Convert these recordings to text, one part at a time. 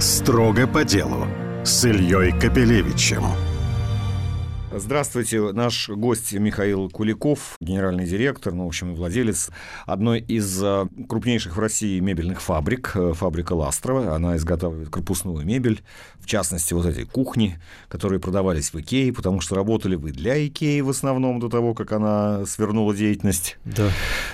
Строго по делу с Ильей Капелевичем. Здравствуйте, наш гость Михаил Куликов, генеральный директор, в общем, и владелец одной из крупнейших в России мебельных фабрик, фабрика Ластрова. Она изготавливает корпусную мебель, в частности, вот эти кухни, которые продавались в Икее, потому что работали вы для Икеи в основном до того, как она свернула деятельность. Да.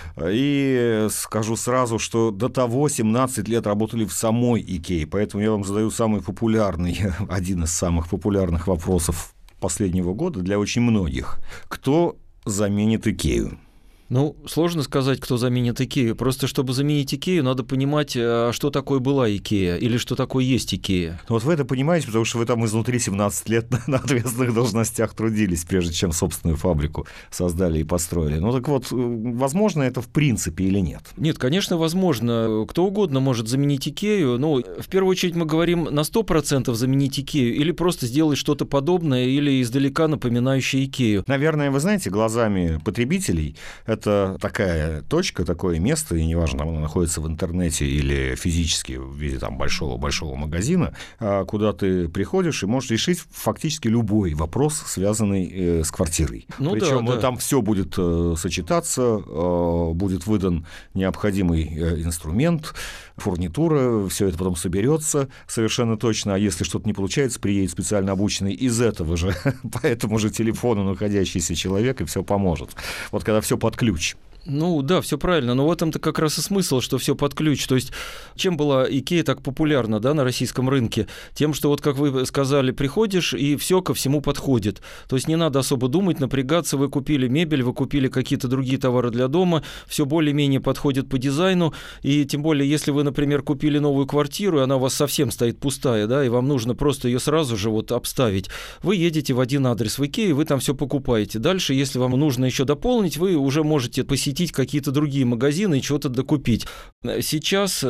И скажу сразу, что до того 17 лет работали в самой Икее, поэтому я вам задаю самый популярный, один из самых популярных вопросов последнего года для очень многих. Кто заменит Икею? Сложно сказать, кто заменит Икею. Просто чтобы заменить Икею, надо понимать, что такое была Икея или что такое есть Икея. Вот вы это понимаете, потому что вы там изнутри 17 лет на ответственных должностях трудились, прежде чем собственную фабрику создали и построили. Так вот, возможно это в принципе или нет? Нет, конечно, возможно. Кто угодно может заменить Икею. В первую очередь мы говорим на 100% заменить Икею или просто сделать что-то подобное или издалека напоминающее Икею. Наверное, вы знаете, глазами потребителей это такая точка, такое место, и неважно, оно находится в интернете или физически в виде большого магазина, куда ты приходишь и можешь решить фактически любой вопрос, связанный с квартирой. Причем там все будет сочетаться, будет выдан необходимый инструмент, фурнитура, все это потом соберется совершенно точно, а если что-то не получается, приедет специально обученный из этого же, по этому же телефону находящийся человек, и все поможет. Вот когда все под ключ. Да, все правильно, но в этом-то как раз и смысл, что все под ключ. То есть, чем была Икея так популярна, на российском рынке? Тем, что, как вы сказали, приходишь, и все ко всему подходит. То есть, не надо особо думать, напрягаться, вы купили мебель, вы купили какие-то другие товары для дома, все более-менее подходит по дизайну, и тем более, если вы, например, купили новую квартиру, и она у вас совсем стоит пустая, и вам нужно просто ее сразу же обставить, вы едете в один адрес в Икею, вы там все покупаете. Дальше, если вам нужно еще дополнить, вы уже можете посетить какие-то другие магазины и что-то докупить. Сейчас,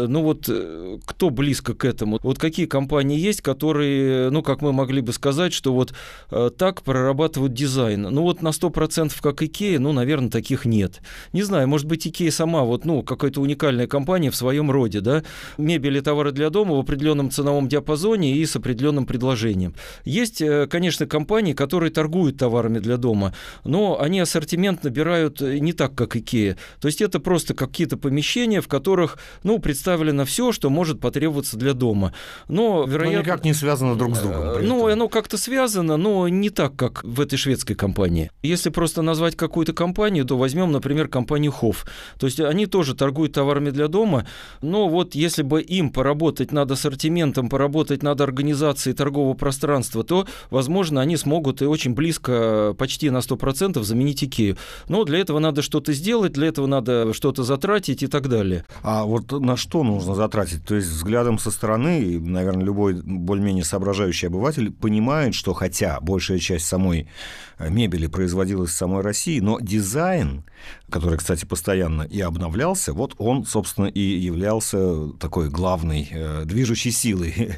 кто близко к этому? Какие компании есть, которые, как мы могли бы сказать, что так прорабатывают дизайн? На 100% как Икея, наверное, таких нет. Не знаю, может быть, Икея сама, какая-то уникальная компания в своем роде, мебель и товары для дома в определенном ценовом диапазоне и с определенным предложением. Есть, конечно, компании, которые торгуют товарами для дома, но они ассортимент набирают не так, как Икея. То есть это просто какие-то помещения, в которых, представлено все, что может потребоваться для дома. Но, вероятно, никак не связано друг с другом. Оно как-то связано, но не так, как в этой шведской компании. Если просто назвать какую-то компанию, то возьмем, например, компанию Хофф. То есть они тоже торгуют товарами для дома, но если бы им поработать над ассортиментом, поработать над организацией торгового пространства, то, возможно, они смогут и очень близко, почти на 100% заменить Икею. Но для этого надо что-то сделать, для этого надо что-то затратить и так далее. А на что нужно затратить? То есть взглядом со стороны, наверное, любой более-менее соображающий обыватель понимает, что хотя большая часть самой мебели производилась в самой России, но дизайн, который, кстати, постоянно и обновлялся, он, собственно, и являлся такой главной движущей силой.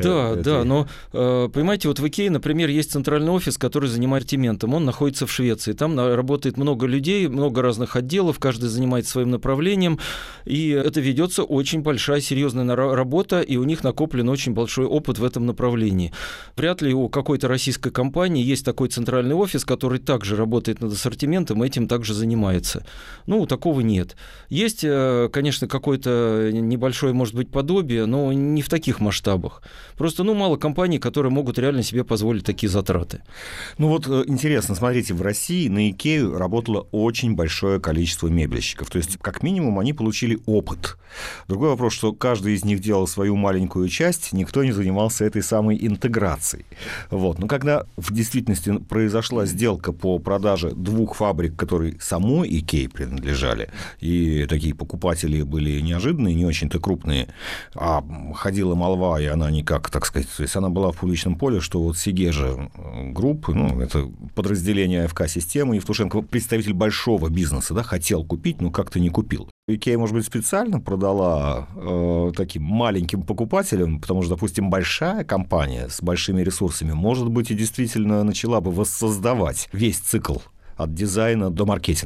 Да, но, понимаете, в Икее, например, есть центральный офис, который занимает ассортиментом, он находится в Швеции, там работает много людей, много разных отделов, каждый занимается своим направлением, и это ведется очень большая, серьезная работа, и у них накоплен очень большой опыт в этом направлении. Вряд ли у какой-то российской компании есть такой центральный офис, который также работает над ассортиментом, и этим также занимается. Такого нет. Есть, конечно, какое-то небольшое, может быть, подобие, но не в таких масштабах. Просто, мало компаний, которые могут реально себе позволить такие затраты. Интересно, смотрите, в России на Икею работало очень большое количество мебельщиков. То есть, как минимум, они получили опыт. Другой вопрос, что каждый из них делал свою маленькую часть, никто не занимался этой самой интеграцией. Но когда в действительности произошла сделка по продаже двух фабрик, которые самой Икее принадлежали, и такие покупатели были неожиданные, не очень-то крупные, а ходила молва, и она никак, так сказать, то есть она была в публичном поле, что Сигежа Групп, это подразделение АФК-системы, Евтушенко, представитель большого бизнеса, хотел купить, но как-то не купил. Икея, может быть, специально продала таким маленьким покупателям, потому что, допустим, большая компания с большими ресурсами, может быть, и действительно начала бы воссоздавать весь цикл от дизайна до маркетинга.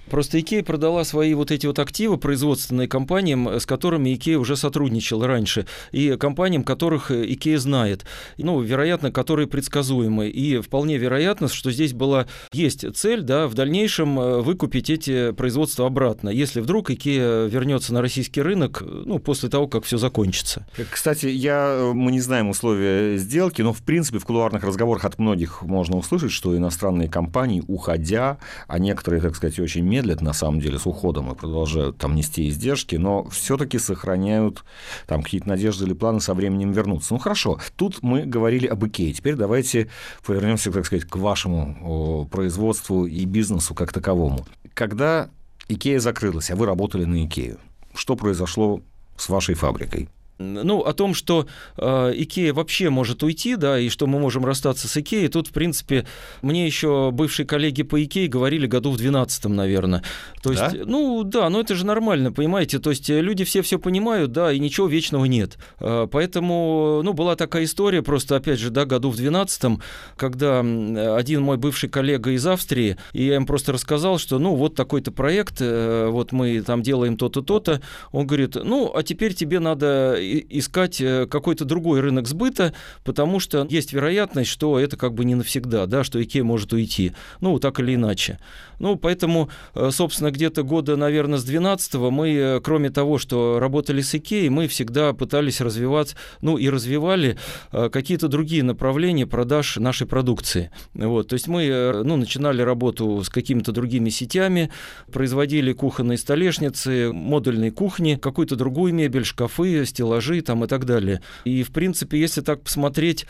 Просто Икея продала свои вот эти вот активы производственные компаниям, с которыми Икея уже сотрудничала раньше, и компаниям, которых Икея знает, вероятно, которые предсказуемы. И вполне вероятно, что здесь есть цель, да, в дальнейшем выкупить эти производства обратно, если вдруг Икея вернется на российский рынок, после того, как все закончится. Кстати, мы не знаем условия сделки, но, в принципе, в кулуарных разговорах от многих можно услышать, что иностранные компании, уходя, а некоторые, так сказать, очень медлят, на самом деле, с уходом и продолжают там нести издержки, но все-таки сохраняют там какие-то надежды или планы со временем вернуться. Хорошо, тут мы говорили об Икее. Теперь давайте повернемся, так сказать, к вашему производству и бизнесу как таковому. Когда Икея закрылась, а вы работали на Икею, что произошло с вашей фабрикой? О том, что Икея вообще может уйти, да, и что мы можем расстаться с Икеей, тут, в принципе, мне еще бывшие коллеги по Икее говорили году в 12-м, наверное. То есть, да? Это же нормально, понимаете, то есть люди все понимают, да, и ничего вечного нет. Поэтому, была такая история, просто, опять же, да, году в 12-м, когда один мой бывший коллега из Австрии, и я им просто рассказал, что, вот такой-то проект, вот мы там делаем то-то, то-то, он говорит, а теперь тебе надо искать какой-то другой рынок сбыта, потому что есть вероятность, что это как бы не навсегда, да, что Икея может уйти, так или иначе. Поэтому, собственно, где-то года, наверное, с 12-го мы, кроме того, что работали с Икеей, мы всегда пытались развивать, и развивали какие-то другие направления продаж нашей продукции. То есть мы, начинали работу с какими-то другими сетями, производили кухонные столешницы, модульные кухни, какую-то другую мебель, шкафы, стеллажи там и так далее. И, в принципе, если так посмотреть,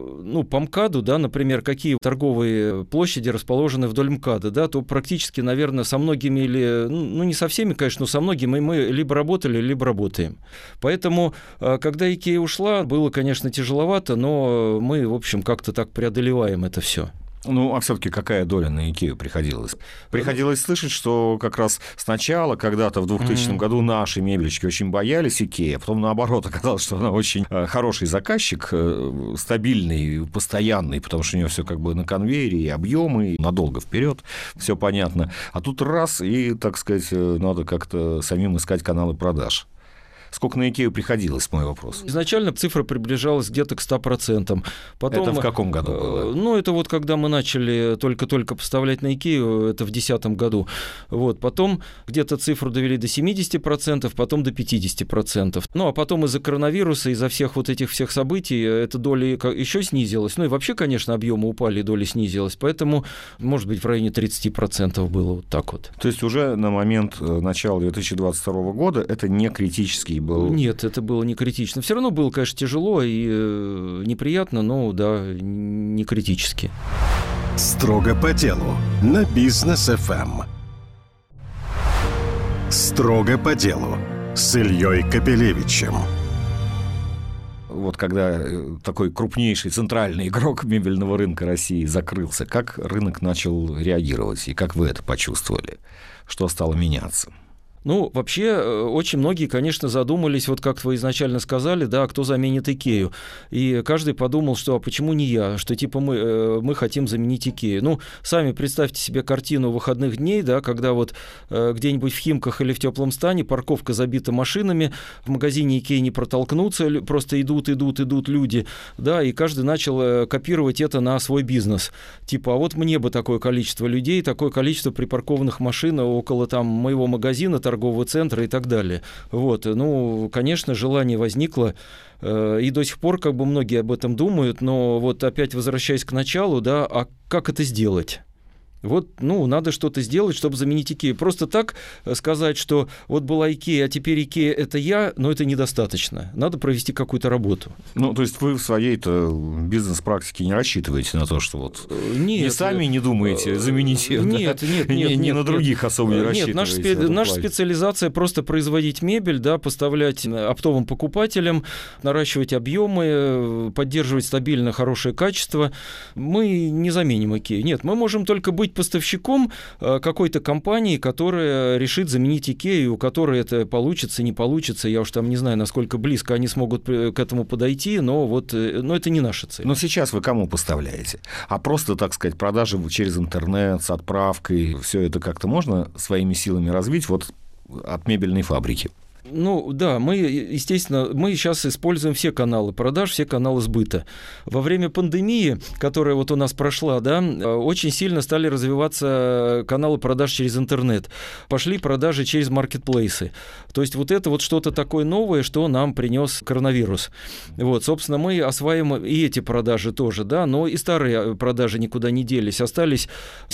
по МКАДу, да, например, какие торговые площади расположены вдоль МКАДа, да, то практически, наверное, со многими или, не со всеми, конечно, но со многими мы либо работали, либо работаем. Поэтому, когда Икея ушла, было, конечно, тяжеловато, но мы, в общем, как-то так преодолеваем это все. А все-таки какая доля на Икею приходилась? Приходилось слышать, что как раз сначала, когда-то в 2000 году наши мебельщики очень боялись Икеи, а потом, наоборот, оказалось, что она очень хороший заказчик, стабильный, постоянный, потому что у нее все как бы на конвейере, и объемы, и надолго вперед, все понятно. А тут раз, и, так сказать, надо как-то самим искать каналы продаж. Сколько на Икею приходилось, мой вопрос? Изначально цифра приближалась где-то к 100%. Потом, это в каком году было? Это вот когда мы начали только-только поставлять на Икею, это в 2010 году. Потом где-то цифру довели до 70%, потом до 50%. А потом из-за коронавируса, из-за всех вот этих всех событий эта доля еще снизилась. И вообще, конечно, объемы упали, доля снизилась. Поэтому, может быть, в районе 30% было вот так вот. То есть уже на момент начала 2022 года это не критический был? Нет, это было не критично. Все равно было, конечно, тяжело и неприятно, но, да, не критически. Строго по делу на Бизнес ФМ. Строго по делу с Ильей Капелевичем. Когда такой крупнейший центральный игрок мебельного рынка России закрылся, как рынок начал реагировать и как вы это почувствовали? Что стало меняться? Вообще, очень многие, конечно, задумались, как вы изначально сказали, да, кто заменит Икею. И каждый подумал, что почему не я, что типа мы хотим заменить Икею. Сами представьте себе картину выходных дней, да, когда где-нибудь в Химках или в Теплом Стане парковка забита машинами, в магазине Икеи не протолкнуться, просто идут люди, да, и каждый начал копировать это на свой бизнес. Типа, а мне бы такое количество людей, такое количество припаркованных машин около моего магазина, торгового центра и так далее. Конечно, желание возникло, и до сих пор многие об этом думают, но опять возвращаясь к началу, да, а как это сделать? Надо что-то сделать, чтобы заменить Икею. Просто так сказать, что была Икея, а теперь Икея – это я, но это недостаточно. Надо провести какую-то работу. То есть вы в своей-то бизнес-практике не рассчитываете на то, что не сами не думаете заменить ее? Нет. Не на других особо не рассчитываете? Нет, наша специализация просто производить мебель, да, поставлять оптовым покупателям, наращивать объемы, поддерживать стабильно хорошее качество. Мы не заменим Икею. Нет, мы можем только быть быть поставщиком какой-то компании, которая решит заменить Икею, у которой это получится, не получится. Я уж там не знаю, насколько близко они смогут к этому подойти, но это не наша цель. Но сейчас вы кому поставляете? А просто, так сказать, продажи через интернет, с отправкой, все это как-то можно своими силами развить от мебельной фабрики? Да, мы сейчас используем все каналы продаж, все каналы сбыта. Во время пандемии, которая у нас прошла, очень сильно стали развиваться каналы продаж через интернет. Пошли продажи через маркетплейсы. То есть это что-то такое новое, что нам принес коронавирус. Собственно, мы осваиваем и эти продажи тоже, но и старые продажи никуда не делись. Остались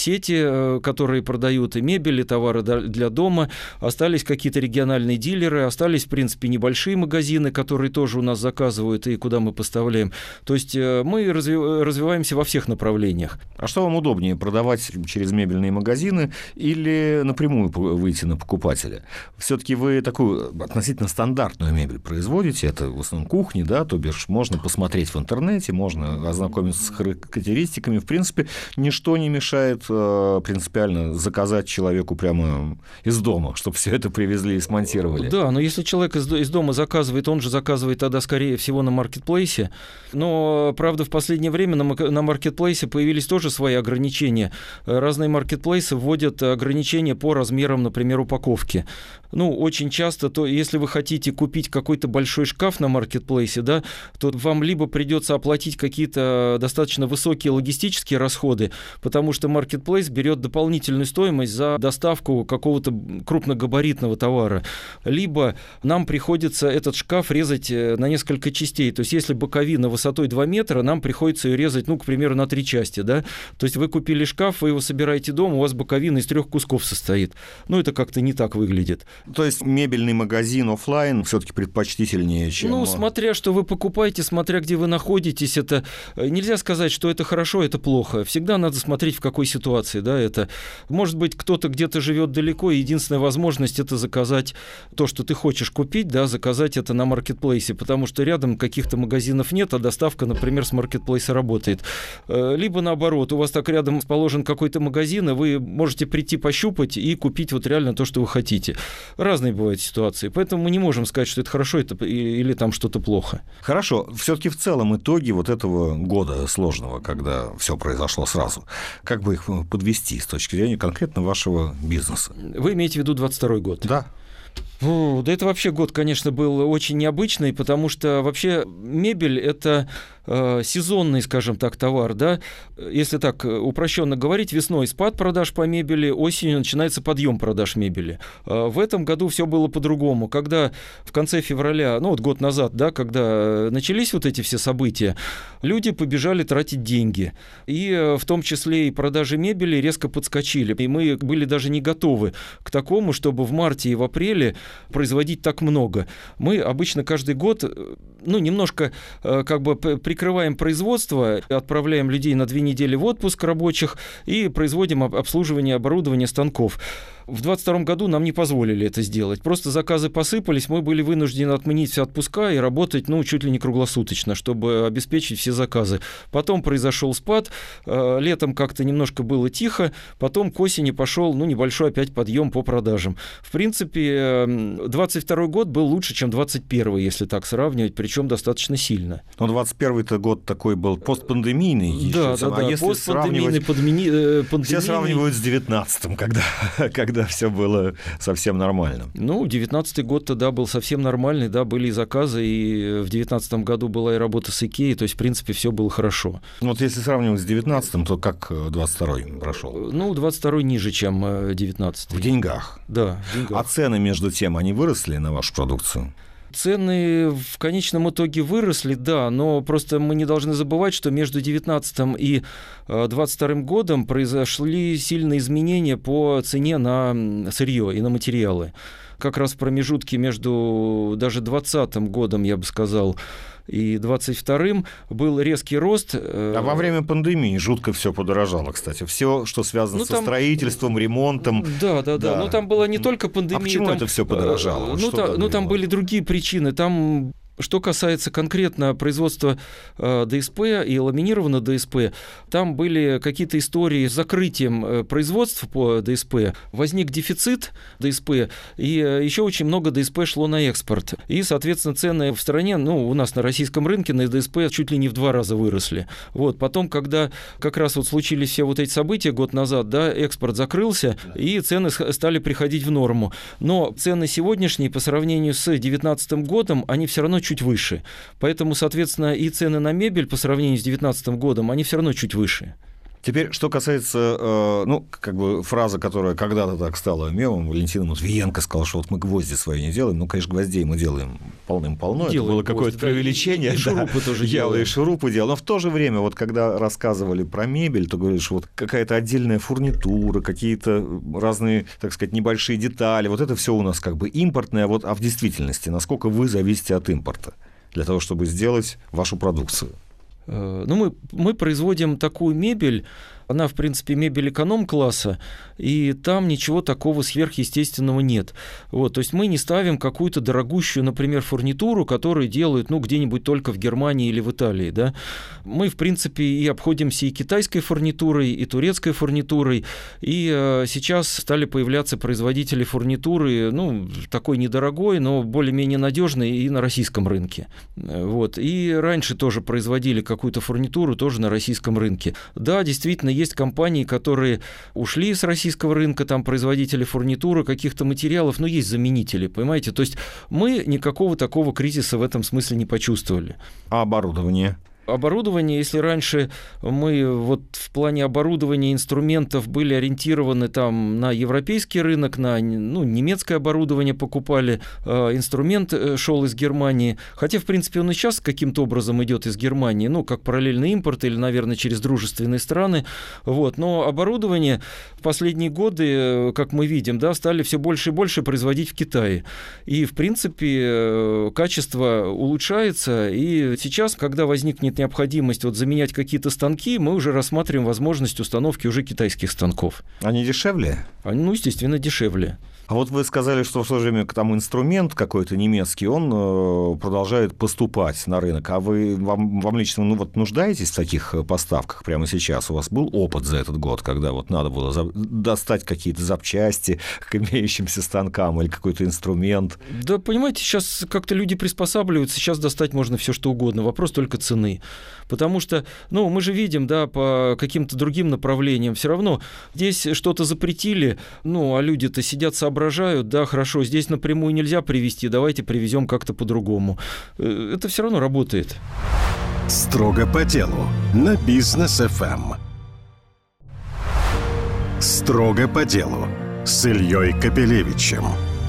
сети, которые продают и мебель, и товары для дома, остались какие-то региональные дилеры, остались, в принципе, небольшие магазины, которые тоже у нас заказывают и куда мы поставляем. То есть мы развиваемся во всех направлениях. А что вам удобнее, продавать через мебельные магазины или напрямую выйти на покупателя? Все-таки вы такую относительно стандартную мебель производите, это в основном кухни, то бишь можно посмотреть в интернете, можно ознакомиться с характеристиками. В принципе, ничто не мешает принципиально заказать человеку прямо из дома, чтобы все это привезли и смонтировали. Да, но если человек из дома заказывает, он же заказывает тогда, скорее всего, на маркетплейсе. Но, правда, в последнее время на маркетплейсе появились тоже свои ограничения. Разные маркетплейсы вводят ограничения по размерам, например, упаковки. Очень часто, если вы хотите купить какой-то большой шкаф на маркетплейсе, то вам либо придется оплатить какие-то достаточно высокие логистические расходы, потому что маркетплейс берет дополнительную стоимость за доставку какого-то крупногабаритного товара, либо нам приходится этот шкаф резать на несколько частей. То есть если боковина высотой 2 метра, нам приходится ее резать, к примеру, на 3 части. То есть вы купили шкаф, вы его собираете дома, у вас боковина из 3 кусков состоит. Это как-то не так выглядит. То есть мебельный магазин офлайн все-таки предпочтительнее, чем... Смотря что вы покупаете, смотря где вы находитесь, это нельзя сказать, что это хорошо, это плохо. Всегда надо смотреть, в какой ситуации. Это может быть, кто-то где-то живет далеко, и единственная возможность это заказать то, что ты хочешь купить, заказать это на маркетплейсе, потому что рядом каких-то магазинов нет, а доставка, например, с маркетплейса работает. Либо наоборот, у вас так рядом расположен какой-то магазин, и вы можете прийти пощупать и купить реально то, что вы хотите. Разные бывают ситуации, поэтому мы не можем сказать, что это хорошо или там что-то плохо. Хорошо. Все-таки в целом итоги этого года сложного, когда все произошло сразу, как бы их подвести с точки зрения конкретно вашего бизнеса? Вы имеете в виду 22-й год? Да. Да это вообще год, конечно, был очень необычный, потому что вообще мебель – это сезонный, скажем так, товар. Если так упрощенно говорить, весной спад продаж по мебели, осенью начинается подъем продаж мебели. В этом году все было по-другому. Когда в конце февраля, год назад, когда начались эти все события, люди побежали тратить деньги. И в том числе и продажи мебели резко подскочили. И мы были даже не готовы к такому, чтобы в марте и в апреле производить так много. Мы обычно каждый год немножко прикрываем производство, отправляем людей на 2 недели в отпуск рабочих и производим обслуживание оборудования станков. В 2022 году нам не позволили это сделать. Просто заказы посыпались, мы были вынуждены отменить все отпуска и работать чуть ли не круглосуточно, чтобы обеспечить все заказы. Потом произошел спад, летом как-то немножко было тихо, потом к осени пошел небольшой опять подъем по продажам. В принципе, 2022 год был лучше, чем 2021, если так сравнивать, причем достаточно сильно. Но 2021 год такой был постпандемийный. Да, если постпандемийный, пандемийный... Все сравнивают с 19-м, когда все было совсем нормально. 19-й год тогда был совсем нормальный, были и заказы, и в 19-м году была и работа с Икеей, то есть, в принципе, все было хорошо. Если сравнивать с 19-м, то как 22-й прошел? 22-й ниже, чем 19-й. В деньгах? Да, в деньгах. А цены, между тем, они выросли на вашу продукцию? Цены в конечном итоге выросли, но просто мы не должны забывать, что между 2019 и 2022 годом произошли сильные изменения по цене на сырье и на материалы. Как раз в промежутке между даже 2020 годом, я бы сказал, и 22-м был резкий рост. А во время пандемии жутко все подорожало, кстати. Все, что связано со строительством, ремонтом. Да. Там была не только пандемия. А почему это все подорожало? Там были другие причины. Там Что касается конкретно производства ДСП и ламинированного ДСП, там были какие-то истории с закрытием производства по ДСП. Возник дефицит ДСП, и еще очень много ДСП шло на экспорт. И, соответственно, цены в стране, у нас на российском рынке на ДСП чуть ли не в 2 раза выросли. Потом, когда как раз случились все эти события год назад, экспорт закрылся, и цены стали приходить в норму. Но цены сегодняшние по сравнению с 2019 годом, они все равно чуть выше. Поэтому, соответственно, и цены на мебель по сравнению с 2019 годом, они все равно чуть выше. Теперь, что касается, фраза, которая когда-то так стала мемом, Валентин Матвиенко сказал, что мы гвозди свои не делаем. Конечно, гвоздей мы делаем полным-полно. Это было какое-то преувеличение. И шурупы тоже делаем. И шурупы делал. Но в то же время, когда рассказывали про мебель, то говоришь, что какая-то отдельная фурнитура, какие-то разные, так сказать, небольшие детали. Это все у нас импортное. А в действительности, насколько вы зависите от импорта для того, чтобы сделать вашу продукцию? Мы производим такую мебель, она, в принципе, мебель эконом-класса, и там ничего такого сверхъестественного нет. То есть мы не ставим какую-то дорогущую, например, фурнитуру, которую делают где-нибудь только в Германии или в Италии. Да? Мы, в принципе, и обходимся и китайской фурнитурой, и турецкой фурнитурой, и сейчас стали появляться производители фурнитуры, такой недорогой, но более-менее надежной и на российском рынке. И раньше тоже производили какую-то фурнитуру тоже на российском рынке. Да, действительно, есть компании, которые ушли с российского рынка, там производители фурнитуры, каких-то материалов, но есть заменители, понимаете? То есть мы никакого такого кризиса в этом смысле не почувствовали. А оборудование? Оборудование, если раньше мы в плане оборудования инструментов были ориентированы там на европейский рынок, на немецкое оборудование покупали, инструмент шел из Германии, хотя, в принципе, он и сейчас каким-то образом идет из Германии, как параллельный импорт или, наверное, через дружественные страны, но оборудование в последние годы, как мы видим, стали все больше и больше производить в Китае, и, в принципе, качество улучшается, и сейчас, когда возникнет необходимость заменять какие-то станки, мы уже рассматриваем возможность установки уже китайских станков. Они дешевле? Они, естественно, дешевле. А вы сказали, что в то же время там инструмент какой-то немецкий, он продолжает поступать на рынок. А вам лично нуждаетесь в таких поставках прямо сейчас? У вас был опыт за этот год, когда надо было достать какие-то запчасти к имеющимся станкам или какой-то инструмент? Да, понимаете, сейчас как-то люди приспосабливаются, сейчас достать можно все что угодно, вопрос только цены. Потому что, мы же видим, по каким-то другим направлениям, все равно здесь что-то запретили, а люди-то сидят, соображают, хорошо, здесь напрямую нельзя привезти, давайте привезем как-то по-другому. Это все равно работает. Строго по делу на Бизнес ФМ. Строго по делу с Ильей Капелевичем.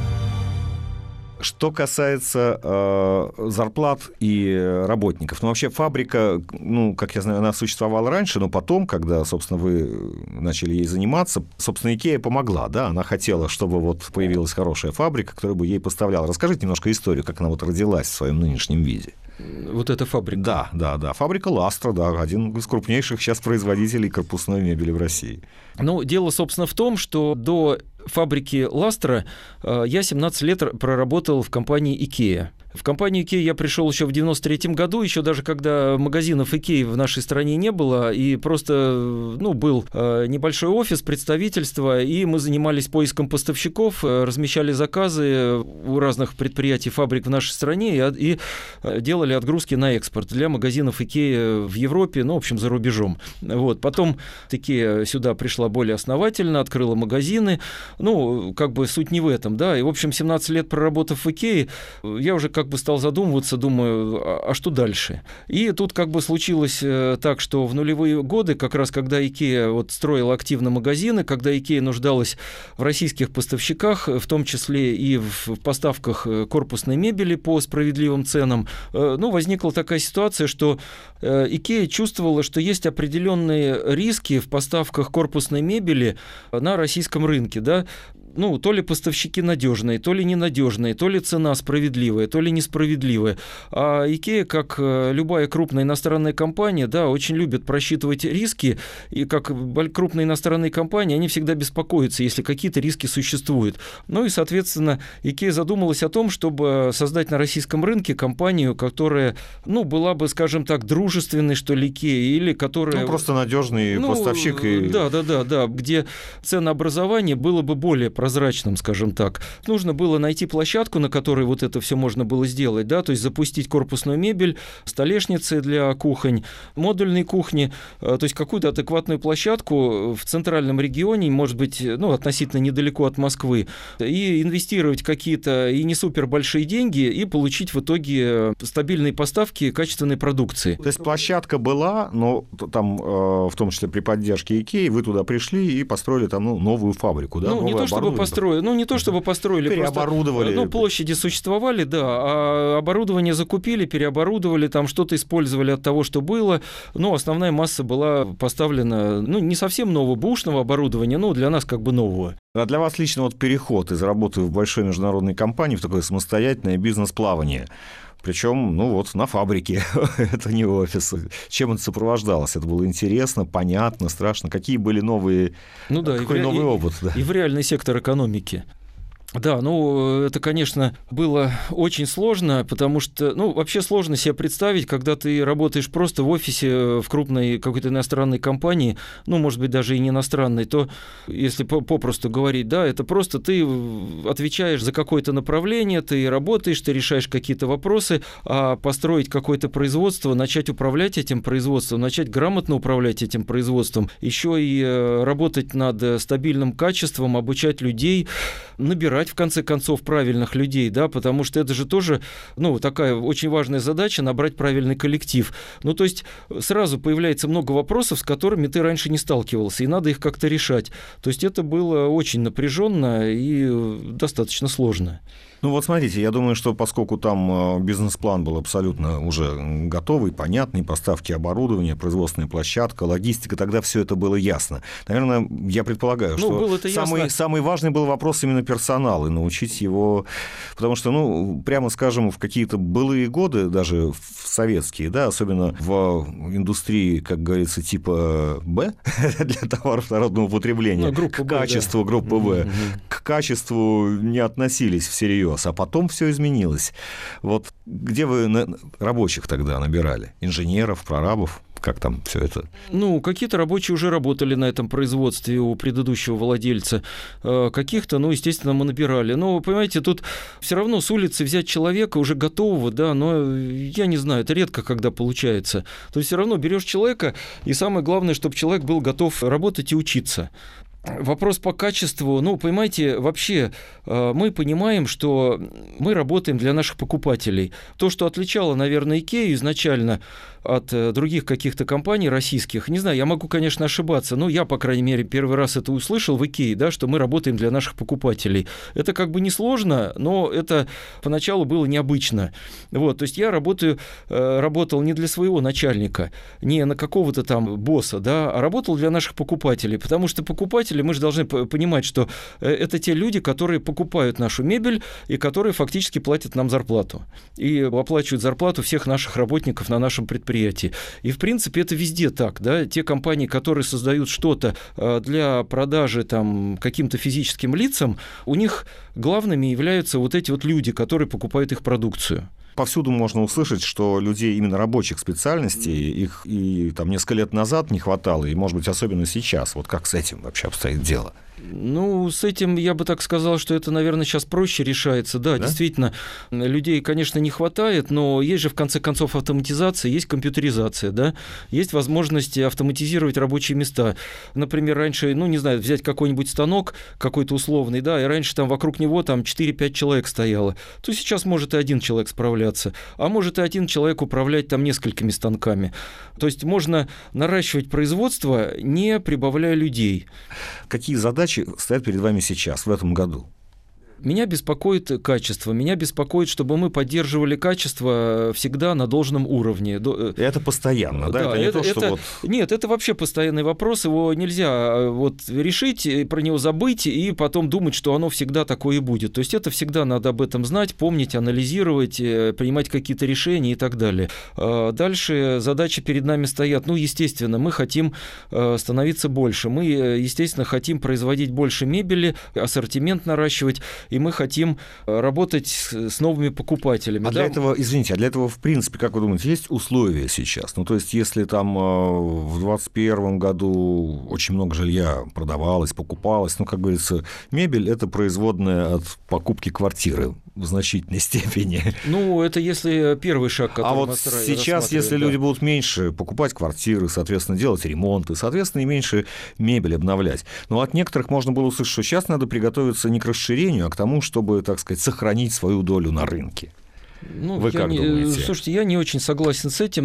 Что касается зарплат и работников, вообще фабрика, как я знаю, она существовала раньше, но потом, когда, собственно, вы начали ей заниматься, собственно, Икея помогла, да, она хотела, чтобы появилась хорошая фабрика, которая бы ей поставляла. Расскажите немножко историю, как она родилась в своем нынешнем виде. Эта фабрика? Да. Фабрика Ластра, один из крупнейших сейчас производителей корпусной мебели в России. Дело, собственно, в том, что до фабрики Ластра я 17 лет проработал в компании Икея. В компанию Икея я пришел еще в 1993 году, еще даже когда магазинов Икеи в нашей стране не было, и просто был небольшой офис, представительство, и мы занимались поиском поставщиков, размещали заказы у разных предприятий, фабрик в нашей стране и делали отгрузки на экспорт для магазинов Икеи в Европе, в общем, за рубежом. Потом Икея сюда пришла более основательно, открыла магазины, суть не в этом, да, и, в общем, 17 лет проработав в Икее, я уже стал задумываться, думаю, а что дальше? И тут случилось так, что в нулевые годы, как раз когда Икея строила активно магазины, когда Икея нуждалась в российских поставщиках, в том числе и в поставках корпусной мебели по справедливым ценам, возникла такая ситуация, что Икея чувствовала, что есть определенные риски в поставках корпусной мебели на российском рынке, да. то ли поставщики надежные, то ли ненадежные, то ли цена справедливая, то ли несправедливая. А IKEA, как любая крупная иностранная компания, да, очень любит просчитывать риски, и как крупные иностранные компании, они всегда беспокоятся, если какие-то риски существуют. И, соответственно, IKEA задумалась о том, чтобы создать на российском рынке компанию, которая, была бы, скажем так, дружественной, что ли, IKEA, или которая... просто надежный поставщик. Да, где ценообразование было бы более прозрачным, скажем так. Нужно было найти площадку, на которой вот это все можно было сделать, да, то есть запустить корпусную мебель, столешницы для кухонь, модульные кухни, то есть какую-то адекватную площадку в центральном регионе, может быть, относительно недалеко от Москвы, и инвестировать какие-то и не супер большие деньги, и получить в итоге стабильные поставки качественной продукции. То есть площадка была, но там, в том числе при поддержке IKEA, вы туда пришли и построили там новую фабрику, да? Не то чтобы построили, переоборудовали. Просто, площади существовали, да, а оборудование закупили, переоборудовали, там что-то использовали от того, что было, но основная масса была поставлена, не совсем нового, бэушного оборудования, но для нас как бы нового. А для вас лично переход из работы в большой международной компании в такое самостоятельное бизнес-плавание, причем, на фабрике, это не офис. Чем это сопровождалось? Это было интересно, понятно, страшно. Какие были новые... Какой новый опыт? Да? И в реальный сектор экономики. Да, это, конечно, было очень сложно, потому что, вообще сложно себе представить, когда ты работаешь просто в офисе в крупной какой-то иностранной компании, может быть, даже и не иностранной, то, если попросту говорить, да, это просто ты отвечаешь за какое-то направление, ты работаешь, ты решаешь какие-то вопросы, а построить какое-то производство, начать управлять этим производством, начать грамотно управлять этим производством, еще и работать над стабильным качеством, обучать людей, набирать в конце концов правильных людей, да, потому что это же тоже, такая очень важная задача — набрать правильный коллектив. То есть сразу появляется много вопросов, с которыми ты раньше не сталкивался, и надо их как-то решать. То есть это было очень напряженно и достаточно сложно. Смотрите, я думаю, что поскольку там бизнес-план был абсолютно уже готовый, понятный, поставки оборудования, производственная площадка, логистика, тогда все это было ясно. Наверное, я предполагаю, что самый важный был вопрос именно персонала, и научить его, потому что, прямо скажем, в какие-то былые годы, даже в советские, да, особенно в индустрии, как говорится, типа Б, для товаров народного потребления, к качеству группы В, к качеству не относились всерьез. А потом все изменилось. Где вы рабочих тогда набирали? Инженеров, прорабов? Как там все это? Какие-то рабочие уже работали на этом производстве у предыдущего владельца. Каких-то, естественно, мы набирали. Но, понимаете, тут все равно с улицы взять человека уже готового, да, но я не знаю, это редко когда получается. То есть все равно берешь человека, и самое главное, чтобы человек был готов работать и учиться. Вопрос по качеству, понимаете, вообще мы понимаем, что мы работаем для наших покупателей. То, что отличало, наверное, IKEA изначально от других каких-то компаний российских, не знаю, я могу, конечно, ошибаться, но я, по крайней мере, первый раз это услышал в IKEA, да, что мы работаем для наших покупателей. Это как бы несложно, но это поначалу было необычно. То есть я работал не для своего начальника, не на какого-то там босса, да, а работал для наших покупателей, потому что покупатели, мы же должны понимать, что это те люди, которые покупают нашу мебель и которые фактически платят нам зарплату и оплачивают зарплату всех наших работников на нашем предприятии. И, в принципе, это везде так, да, те компании, которые создают что-то для продажи там каким-то физическим лицам, у них главными являются эти люди, которые покупают их продукцию. Повсюду можно услышать, что людей именно рабочих специальностей, их и там несколько лет назад не хватало, и, может быть, особенно сейчас. Как с этим вообще обстоит дело? С этим я бы так сказал, что это, наверное, сейчас проще решается. Да, действительно, людей, конечно, не хватает, но есть же, в конце концов, автоматизация, есть компьютеризация, да, есть возможность автоматизировать рабочие места. Например, раньше, взять какой-нибудь станок какой-то условный, да, и раньше там вокруг него 4-5 человек стояло, то сейчас может и один человек справляться, а может и один человек управлять там несколькими станками. То есть можно наращивать производство, не прибавляя людей. Какие задачи стоят перед вами сейчас, в этом году? Меня беспокоит качество. Меня беспокоит, чтобы мы поддерживали качество всегда на должном уровне. Это постоянно, да? Да, это не то, что вот... Нет, это вообще постоянный вопрос. Его нельзя решить, про него забыть и потом думать, что оно всегда такое и будет. То есть это всегда надо об этом знать, помнить, анализировать, принимать какие-то решения и так далее. Дальше задачи перед нами стоят. Естественно, мы хотим становиться больше. Мы, естественно, хотим производить больше мебели, ассортимент наращивать. И мы хотим работать с новыми покупателями. Для этого, в принципе, как вы думаете, есть условия сейчас? То есть, если там в 2021 году очень много жилья продавалось, покупалось, как говорится, мебель – это производная от покупки квартиры в значительной степени. Это если первый шаг, который мы сейчас, если люди будут меньше покупать квартиры, соответственно, делать ремонты, соответственно, и меньше мебель обновлять. Но от некоторых можно было услышать, что сейчас надо приготовиться не к расширению, а к тому, чтобы, так сказать, сохранить свою долю на рынке. Вы как думаете? Слушайте, я не очень согласен с этим,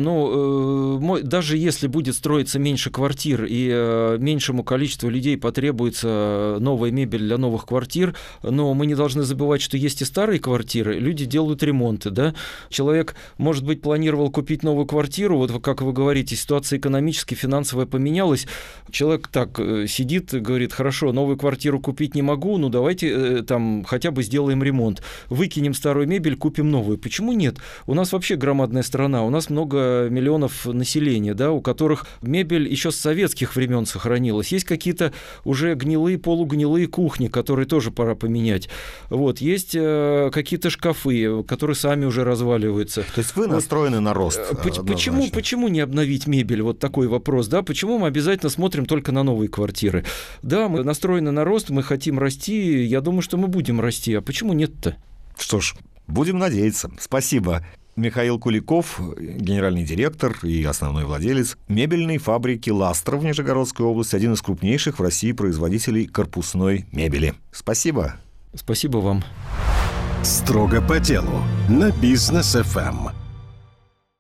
но даже если будет строиться меньше квартир и меньшему количеству людей потребуется новая мебель для новых квартир, но мы не должны забывать, что есть и старые квартиры, люди делают ремонты, да? Человек, может быть, планировал купить новую квартиру, как вы говорите, ситуация экономическая, финансовая поменялась, человек так сидит и говорит: хорошо, новую квартиру купить не могу, давайте там хотя бы сделаем ремонт, выкинем старую мебель, купим новую. Почему нет? У нас вообще громадная страна, у нас много миллионов населения, да, у которых мебель еще с советских времен сохранилась. Есть какие-то уже гнилые, полугнилые кухни, которые тоже пора поменять. Есть какие-то шкафы, которые сами уже разваливаются. То есть вы настроены на рост? Почему не обновить мебель? Такой вопрос, да? Почему мы обязательно смотрим только на новые квартиры? Да, мы настроены на рост, мы хотим расти, я думаю, что мы будем расти. А почему нет-то? Что ж, будем надеяться. Спасибо. Михаил Куликов, генеральный директор и основной владелец мебельной фабрики «Ластра» в Нижегородской области, один из крупнейших в России производителей корпусной мебели. Спасибо. Спасибо вам. Строго по делу на Бизнес ФМ.